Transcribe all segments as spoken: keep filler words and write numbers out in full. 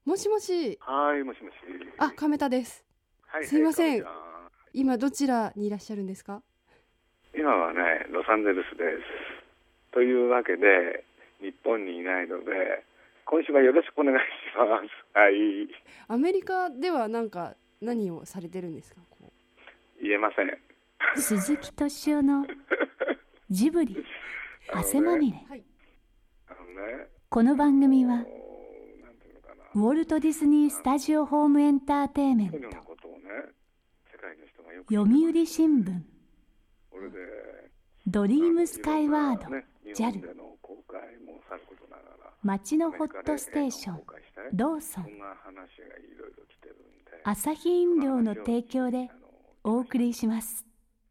もしもし。 はい、もしもし。 あ、亀田です。 はい、 すいません。 はい、 今どちらにいらっしゃるんですか？ 今はね、ロサンゼルスです。というわけで、日本にいないので、今週はよろしくお願いします。はい。 アメリカではなんか何をされてるんですか？こう言えません。 鈴木敏夫のジブリ汗まみれ、ね、この番組はウォルト・ディズニー・スタジオ・ホーム・エンターテイメント、読売新聞、ドリームスカイワード、ジャル、街のホットステーション、ローソン、アサヒ飲料の提供でお送りします。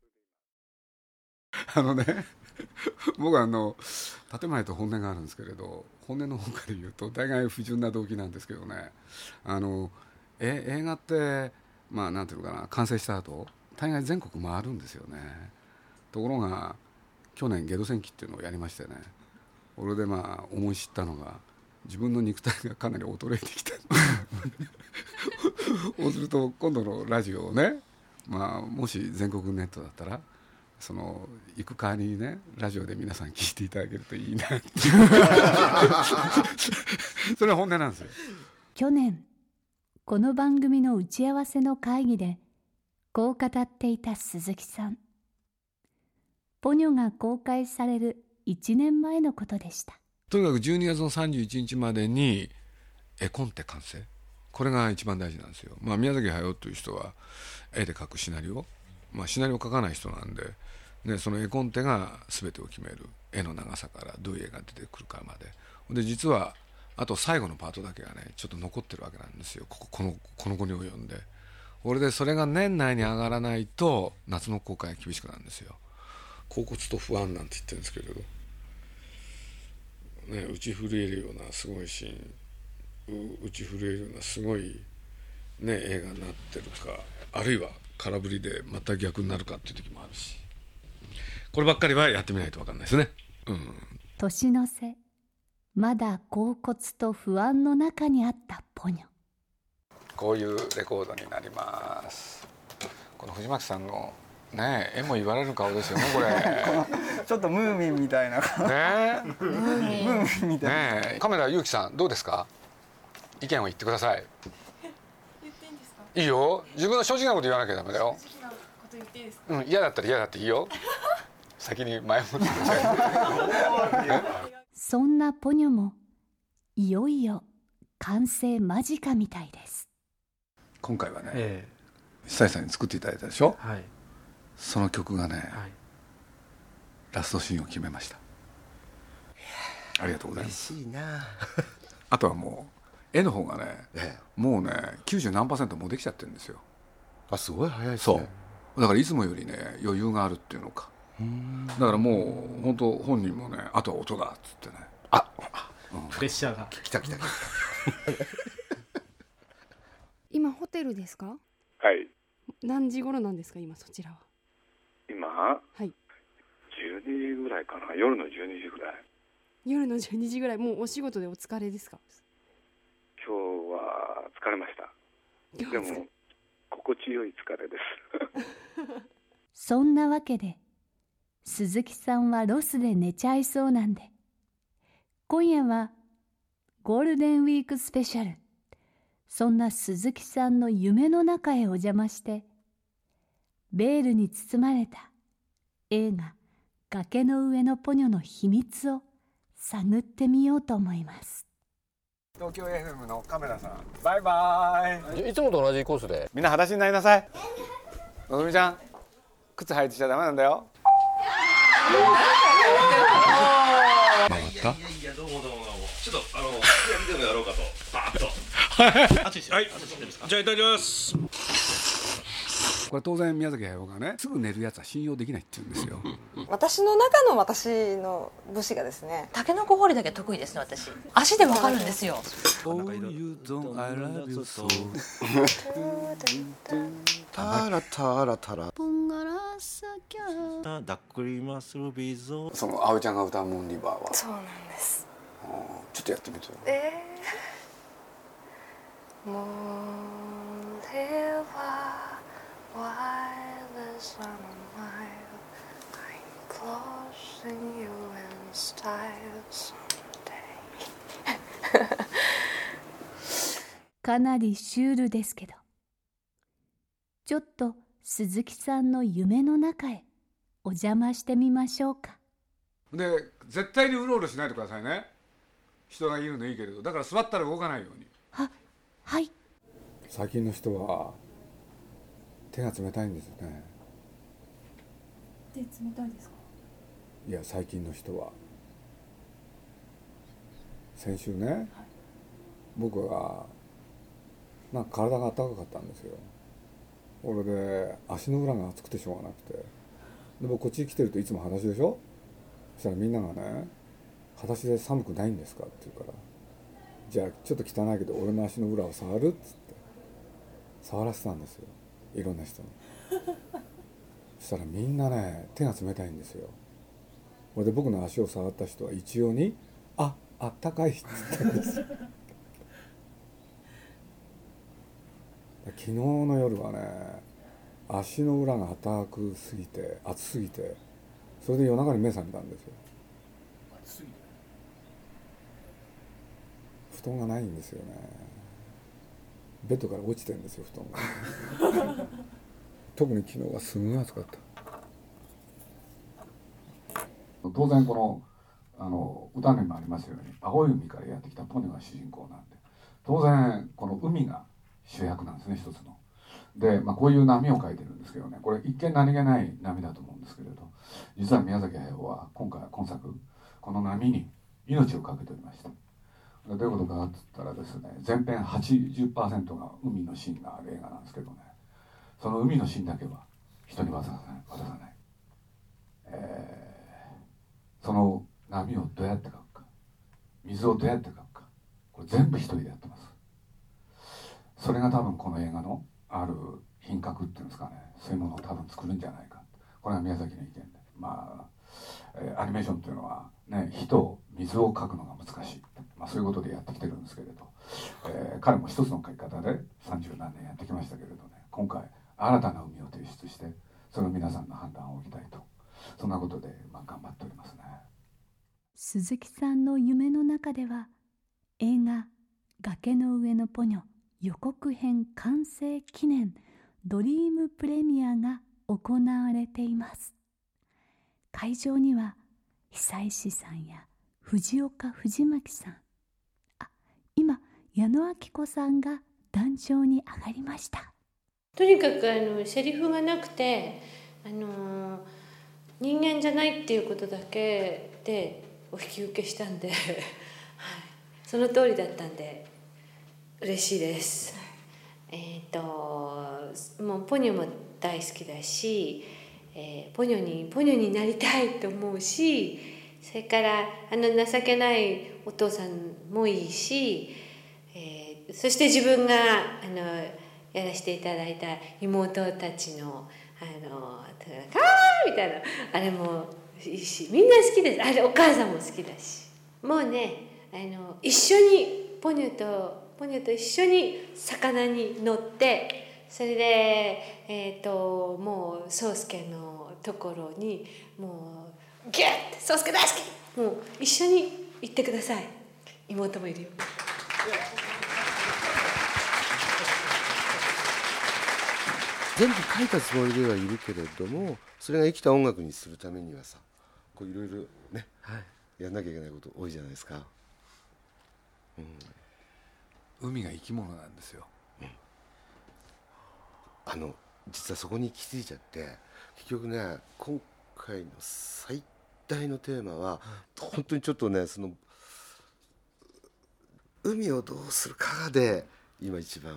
あのね僕はあの建前と本音があるんですけれど、本音の方から言うと大概不純な動機なんですけどね、あのえ映画ってまあなんていうのかな、完成した後大概全国回るんですよね。ところが去年ゲド戦記っていうのをやりましてね、俺でまあ思い知ったのが自分の肉体がかなり衰えてきたそうすると今度のラジオをね、まあ、もし全国ネットだったらその行く代わりにね、ラジオで皆さん聞いていただけるといいなってそれは本音なんですよ。 去年この番組の打ち合わせの会議でこう語っていた鈴木さん。ポニョが公開されるいちねんまえのことでした。 とにかくじゅうにがつのさんじゅういちにちまでに絵コンテ完成、これが一番大事なんですよ。まあ、宮崎駿という人は絵で描くシナリオ、まあ、シナリオを描かない人なんで、ね、その絵コンテが全てを決める。絵の長さからどういう絵が出てくるかまでで、実はあと最後のパートだけがねちょっと残ってるわけなんですよ、ここ、この、この後に及んで。俺でそれが年内に上がらないと夏の公開が厳しくなるんですよ。恍惚と不安なんて言ってるんですけれど、ね、打ち震えるようなすごいシーン、打ち震えるようなすごい、ね、映画になってるか、あるいは空振りでまた逆になるかっていう時もあるし、こればっかりはやってみないと分かんないですね。うん、 年の瀬、まだ恍惚と不安の中にあったポニョ。 こういうレコードになります。この藤巻さんのねえ、絵も言われる顔ですよねこれちょっとムーミンみたいなねムーミン、ムーミンみたいな、 ね、亀田祐希さんどうですか？意見を言ってください。 言っていいんですか？ いいよ、自分の正直なこと言わなきゃダメだよ。 正直なこと言っていいですか？ うん、嫌だったら嫌だっていいよ先に前もってそんなポニョもいよいよ完成間近みたいです。 今回はね、 ええ、久石さんに作っていただいたでしょ、 はい、 その曲がね、はい、ラストシーンを決めました。ありがとうございます。 嬉しいなあとはもう絵の方がね、ええ、もうねきゅうじゅうなんパーセントもうできちゃってるんですよ。 あ、すごい早いですね。 そうだからいつもよりね余裕があるっていうのか、だからもう本当本人もね、あとは音だっつってね、 あ、 うん、 プレッシャーが来た来た来た今ホテルですか？ はい。 何時頃なんですか今そちらは？ 今、 はい、 じゅうにじぐらいかな、夜のじゅうにじぐらい。 夜のじゅうにじぐらい、もうお仕事でお疲れですか？ 今日は疲れました。でも心地よい疲れですそんなわけで鈴木さんはロスで寝ちゃいそうなんで、今夜はゴールデンウィークスペシャル。そんな鈴木さんの夢の中へお邪魔して、ベールに包まれた映画崖の上のポニョの秘密を探ってみようと思います。 東京 エフエム の亀田さん、バイバイ。 いつもと同じコースでみんな裸足になりなさい。のぞみちゃん、靴履いてちゃダメなんだよ。回った？いやいや、どうもどうもどうも。ちょっとあのピアノでもやろうかと。バーッと。はい。はい。じゃあいただきます。これ当然宮崎駿がね、すぐ寝るやつは信用できないって言うんですよ。 私の中の私の武士がですね、 タケノコ掘りだけ得意ですね。私足でわかるんですよ。 タラタラタラその葵ちゃんが歌うモンリバーは。 そうなんです。 ちょっとやってみてよ。 えー Moon live a wireless on a mile. I'm closing you in style someday. かなりシュールですけど、ちょっと鈴木さんの夢の中へお邪魔してみましょうか。 で絶対にうろうろしないでくださいね。人がいるのいいけれど、だから座ったら動かないように。 は、はい。 最近の人は手が冷たいんですよね。 手冷たいですか？ いや最近の人は。先週ね、はい、僕がなんか体が暖かかったんですよ。これで足の裏が熱くてしょうがなくて、で僕こっちに来てるといつも裸足でしょ。そしたらみんながね、裸足で寒くないんですかって言うから、じゃあちょっと汚いけど俺の足の裏を触るっつって触らせたんですよ、いろんな人に。そしたらみんなね手が冷たいんですよ。これで僕の足を触った人は一様に「あ、あったかい」って言ったんですよ。昨日の夜はね、足の裏が硬くすぎて熱すぎて、それで夜中に目覚めたんですよ。熱すぎて布団がないんですよね。ベッドから落ちてるんですよ、布団が。特に昨日はすごい暑かった。当然このあの歌にもありますように、青い海からやってきたポニョが主人公なんで、当然この海が主役なんですね、一つの。で、まあ、こういう波を描いてるんですけどね、これ一見何気ない波だと思うんですけれど、実は宮崎駿は今回今作この波に命を懸けておりました。どういうことかって言ったらですね、前編 はちじゅっパーセント が海のシーンがある映画なんですけどね、その海のシーンだけは人に渡さない、渡さない、えー、その波をどうやって描くか、水をどうやって描くか、これ全部一人でやってます。それが多分この映画のある品格っていうんですかね、そういうものを多分作るんじゃないか。これが宮崎の意見で、まあ、えー、アニメーションっていうのはね、火と水を描くのが難しい、まあ、そういうことでやってきてるんですけれど、えー、彼も一つの描き方で三十何年やってきましたけれどね、今回新たな海を提出して、それを皆さんの判断を置きたいと、そんなことで、まあ、頑張っておりますね。 鈴木さんの夢の中では、映画「崖の上のポニョ」予告編完成記念ドリームプレミアが行われています。会場には久石さんや藤岡藤巻さん、あ、今矢野顕子さんが壇上に上がりました。 とにかくあのセリフがなくて、あの人間じゃないっていうことだけでお引き受けしたんで、はい、その通りだったんで嬉しいです。えっともうポニョも大好きだし、えー、ポニョにポニョになりたいと思うし、それからあの情けないお父さんもいいし、えー、そして自分があのやらせていただいた妹たちのあの「カー」みたいなあれもいいし、みんな好きです。あれお母さんも好きだし、もうね、あの一緒にポニョとポニョと一緒に魚に乗って、それでえっともう宗介のところにもうギュッて、宗介大好き、もう一緒に行ってください。妹もいるよ。 全部書いたつもりではいるけれども、それが生きた音楽にするためにはさ、こういろいろね、はい、やんなきゃいけないこと多いじゃないですか。うん、 海が生き物なんですよ。うん、 あの実はそこに行き着いちゃって、結局ね、今回の最大のテーマは、うん、本当にちょっとね、その海をどうするかで今一番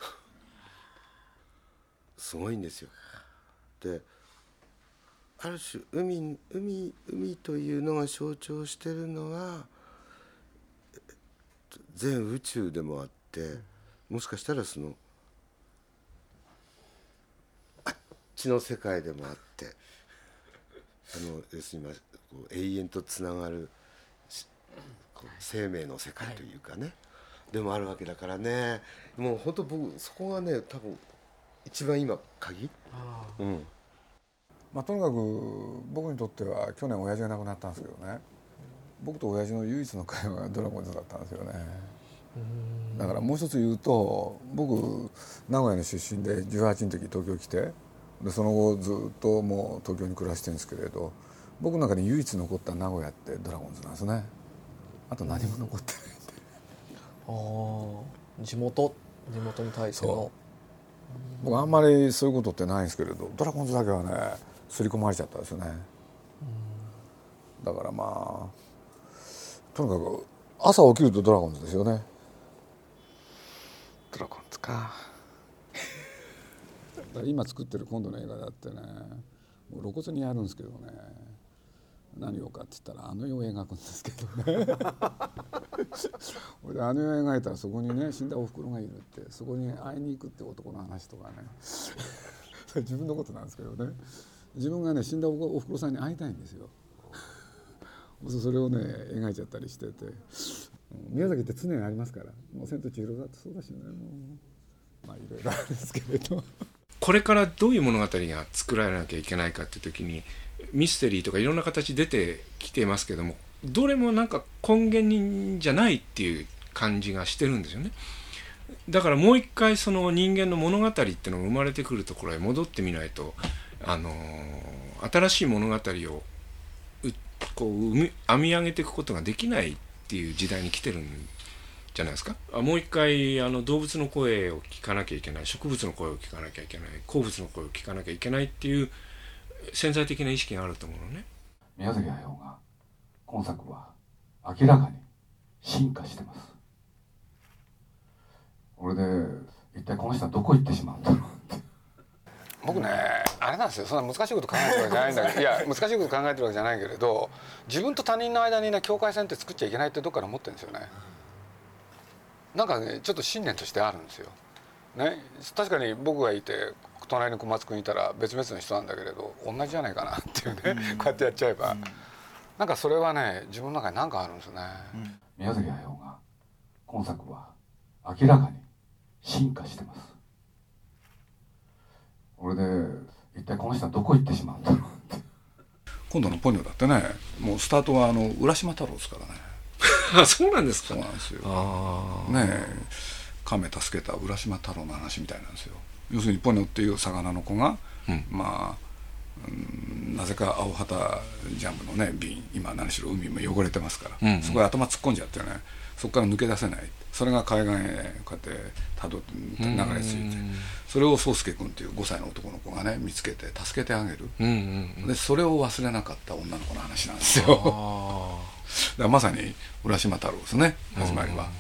すごいんですよ。で、ある種海海海というのが象徴しているのは全宇宙でもあって、もしかしたらそのあっちの世界でもあって、あの要するにこう永遠とつながるこう生命の世界というかね、 でもあるわけだからね。もう本当僕そこがね多分一番今鍵。うん。 まあとにかく僕にとっては去年親父が亡くなったんですけどね。僕と親父の唯一の会話がドラゴンズだったんですよね。だからもう一つ言うと、僕名古屋の出身でじゅうはちの時東京来て、でその後ずっともう東京に暮らしてるんですけれど、僕の中に唯一残った名古屋ってドラゴンズなんですね。あと何も残ってないんで。 ああ、地元地元に対しての。 僕あんまりそういうことってないんですけれど、ドラゴンズだけはね刷り込まれちゃったんですよね。だからまあとにかく朝起きるとドラゴンズですよね。ドラゴンズか今作ってる今度の映画だってね、もう露骨にやるんですけどね、何をかって言ったらあの世を描くんですけどね俺あの世を描いたらそこにね死んだおふくろがいるって、そこに会いに行くって男の話とかねそれ自分のことなんですけどね、自分がね死んだおふくろさんに会いたいんですよそれをね描いちゃったりしてて、宮崎って常にありますから、もう千と千尋だってそうだしね、もうまあいろいろあるんですけれどこれからどういう物語が作られなきゃいけないかっていう時にミステリーとかいろんな形出てきてますけども、どれもなんか根源にじゃないっていう感じがしてるんですよね。だからもう一回その人間の物語っていうのが生まれてくるところへ戻ってみないと、あのー、新しい物語をこう編み上げていくことができないっていう時代に来てるんじゃないですか。もう一回あの動物の声を聞かなきゃいけない、植物の声を聞かなきゃいけない、鉱物の声を聞かなきゃいけないっていう潜在的な意識があると思うのね。 宮崎駿が今作は明らかに進化してます。これで一体この人はどこ行ってしまうんだろうって僕ねあれなんですよ、そんな難しいこと考えてるわけじゃないんだけどいや難しいこと考えてるわけじゃないけれど、自分と他人の間にね境界線って作っちゃいけないってどっから思ってるんですよね。なんかねちょっと信念としてあるんですよ、ね、確かに僕がいて隣に小松君いたら別々の人なんだけれど同じじゃないかなっていうね、うん、こうやってやっちゃえば、うん、なんかそれはね自分の中に何かあるんですよね、うん、宮崎駿が今作は明らかに進化してます。これで一体この人はどこ行ってしまうんだろうって今度のポニョだってね、もうスタートはあの浦島太郎ですからねあ、そうなんですか。 そうなんですよ。あねえ、亀助けた浦島太郎の話みたいなんですよ。要するにポニョっていう魚の子が、うん、まあ、うん、なぜか青旗ジャムのね瓶、今何しろ海も汚れてますから、うんうん、そこへ頭突っ込んじゃってね、そこから抜け出せない。それが海岸へこうやってたどって流れ着いて、それを宗介君っていうごさいの男の子がね見つけて助けてあげる、うんうんうん、でそれを忘れなかった女の子の話なんですよだからまさに浦島太郎ですね、始まりは、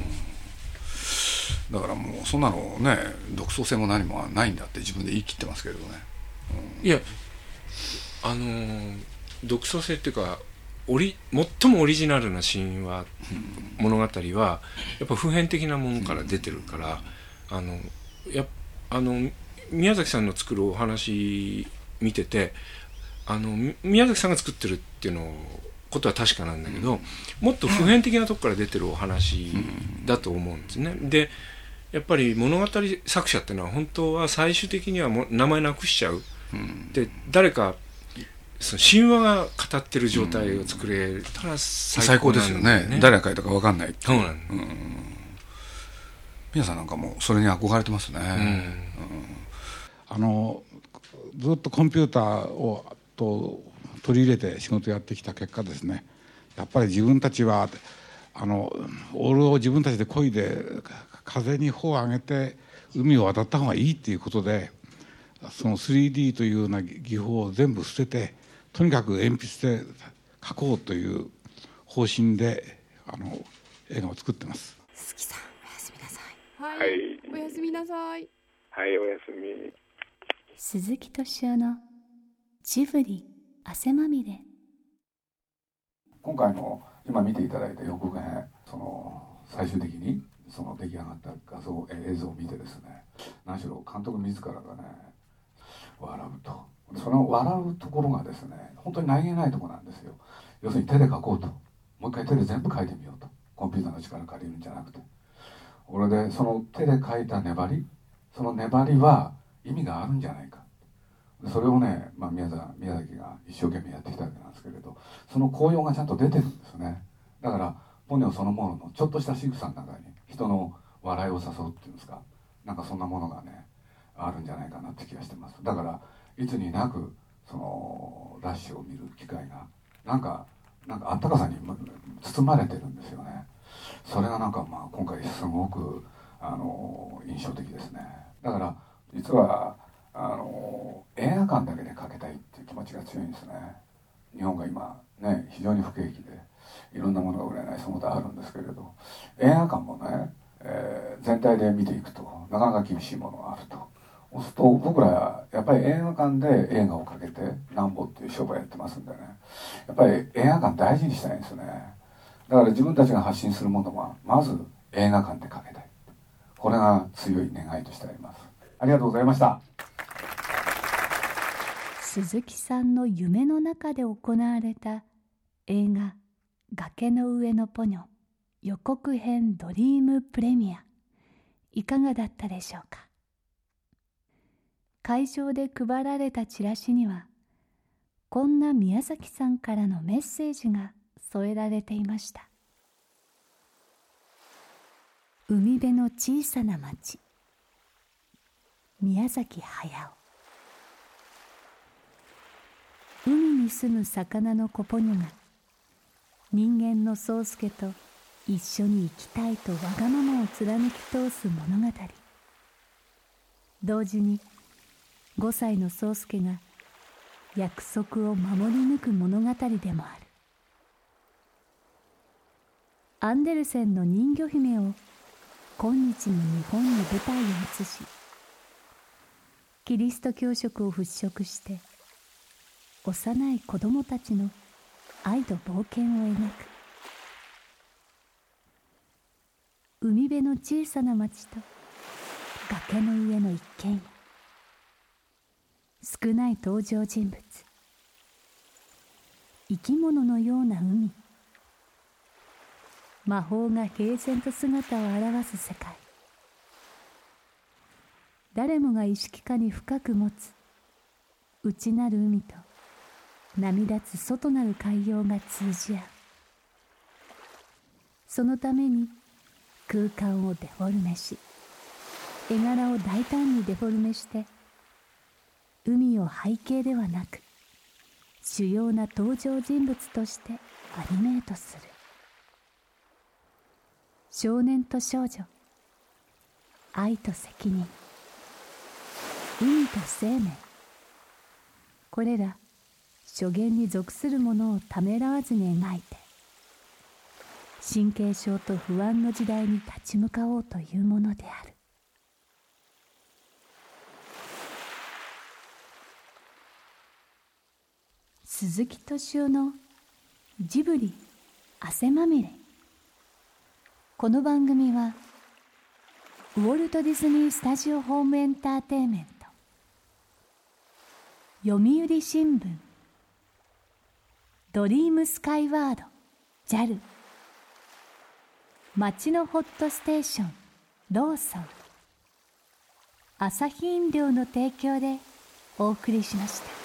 うん、だからもうそんなのね独創性も何もないんだって自分で言い切ってますけれどね、 うん、いやあのー、独創性っていうかオリ最もオリジナルな神話物語はやっぱ普遍的なものから出てるから、あのやあの宮崎さんの作るお話見てて、あの宮崎さんが作ってるっていうのことは確かなんだけど、もっと普遍的なとこから出てるお話だと思うんですね。でやっぱり物語作者っていうのは本当は最終的にはも名前なくしちゃう、で誰かその神話が語ってる状態を作れたら最高ですよね。誰が書いたか分かんない。そうなんだ、うん、皆さんなんかもそれに憧れてますね、うんうん、 あのずっとコンピューターをと取り入れて仕事やってきた結果ですね、やっぱり自分たちはあのオールを自分たちで漕いで風に帆を上げて海を渡った方がいいっていうことで、その スリーディー というような技法を全部捨てて、とにかく鉛筆で描こうという方針であの映画を作ってます。 鈴木さん、おやすみなさい。はい、 はい、 おやすみなさい。 はい、おやすみ。 鈴木敏夫のジブリ汗まみれ。 今回の今見ていただいた予告編、その最終的にその出来上がった画像映像を見てですね、何しろ監督自らがね笑うと、その笑うところがですね本当に何気ないところなんですよ。要するに手で描こうと、もう一回手で全部描いてみようと、コンピューターの力借りるんじゃなくて、 これでその手で描いた粘り、その粘りは意味があるんじゃないか、それをね、まあ、宮崎、宮崎が一生懸命やってきたわけなんですけれど、その効用がちゃんと出てるんですね。だからポニョそのもののちょっとした仕草の中に人の笑いを誘うっていうんですか、なんかそんなものがねあるんじゃないかなって気がしてます。だからいつになくそのラッシュを見る機会がなんかなんかあったかさに包まれてるんですよね。それがなんかまあ今回すごくあの印象的ですね。だから実はあの映画館だけで描けたいっていう気持ちが強いんですね。日本が今ね非常に不景気でいろんなものが売れない、そのことあるんですけれど、映画館もね、えー、全体で見ていくとなかなか厳しいものがあると。そうすると僕らやっぱり映画館で映画をかけてなんぼっていう商売やってますんでね、やっぱり映画館大事にしたいんですよね。だから自分たちが発信するものはまず映画館でかけたい、これが強い願いとしてあります。ありがとうございました。 鈴木さんの夢の中で行われた映画崖の上のポニョ予告編ドリームプレミア、いかがだったでしょうか。会場で配られたチラシにはこんな宮崎さんからのメッセージが添えられていました。海辺の小さな町、宮崎駿。海に住む魚の子ポニョが人間の宗介と一緒に生きたいとわがままを貫き通す物語。同時にごさいの宗介が約束を守り抜く物語でもある。アンデルセンの人魚姫を今日の日本に舞台を移し、キリスト教色を払拭して幼い子供たちの愛と冒険を描く。海辺の小さな町と崖の上の一軒家、少ない登場人物、生き物のような海、魔法が平然と姿を現す世界。誰もが意識下に深く持つ内なる海と波立つ外なる海洋が通じ合う。そのために空間をデフォルメし、絵柄を大胆にデフォルメして海を背景ではなく主要な登場人物としてアニメートする。少年と少女、愛と責任、海と生命、これら諸言に属するものをためらわずに描いて、神経症と不安の時代に立ち向かおうというものである。鈴木敏夫のジブリ汗まみれ。この番組はウォルト・ディズニー・スタジオ・ホーム・エンターテインメント、読売新聞、ドリームスカイワード ジャル、 町のホットステーションローソン、アサヒ飲料の提供でお送りしました。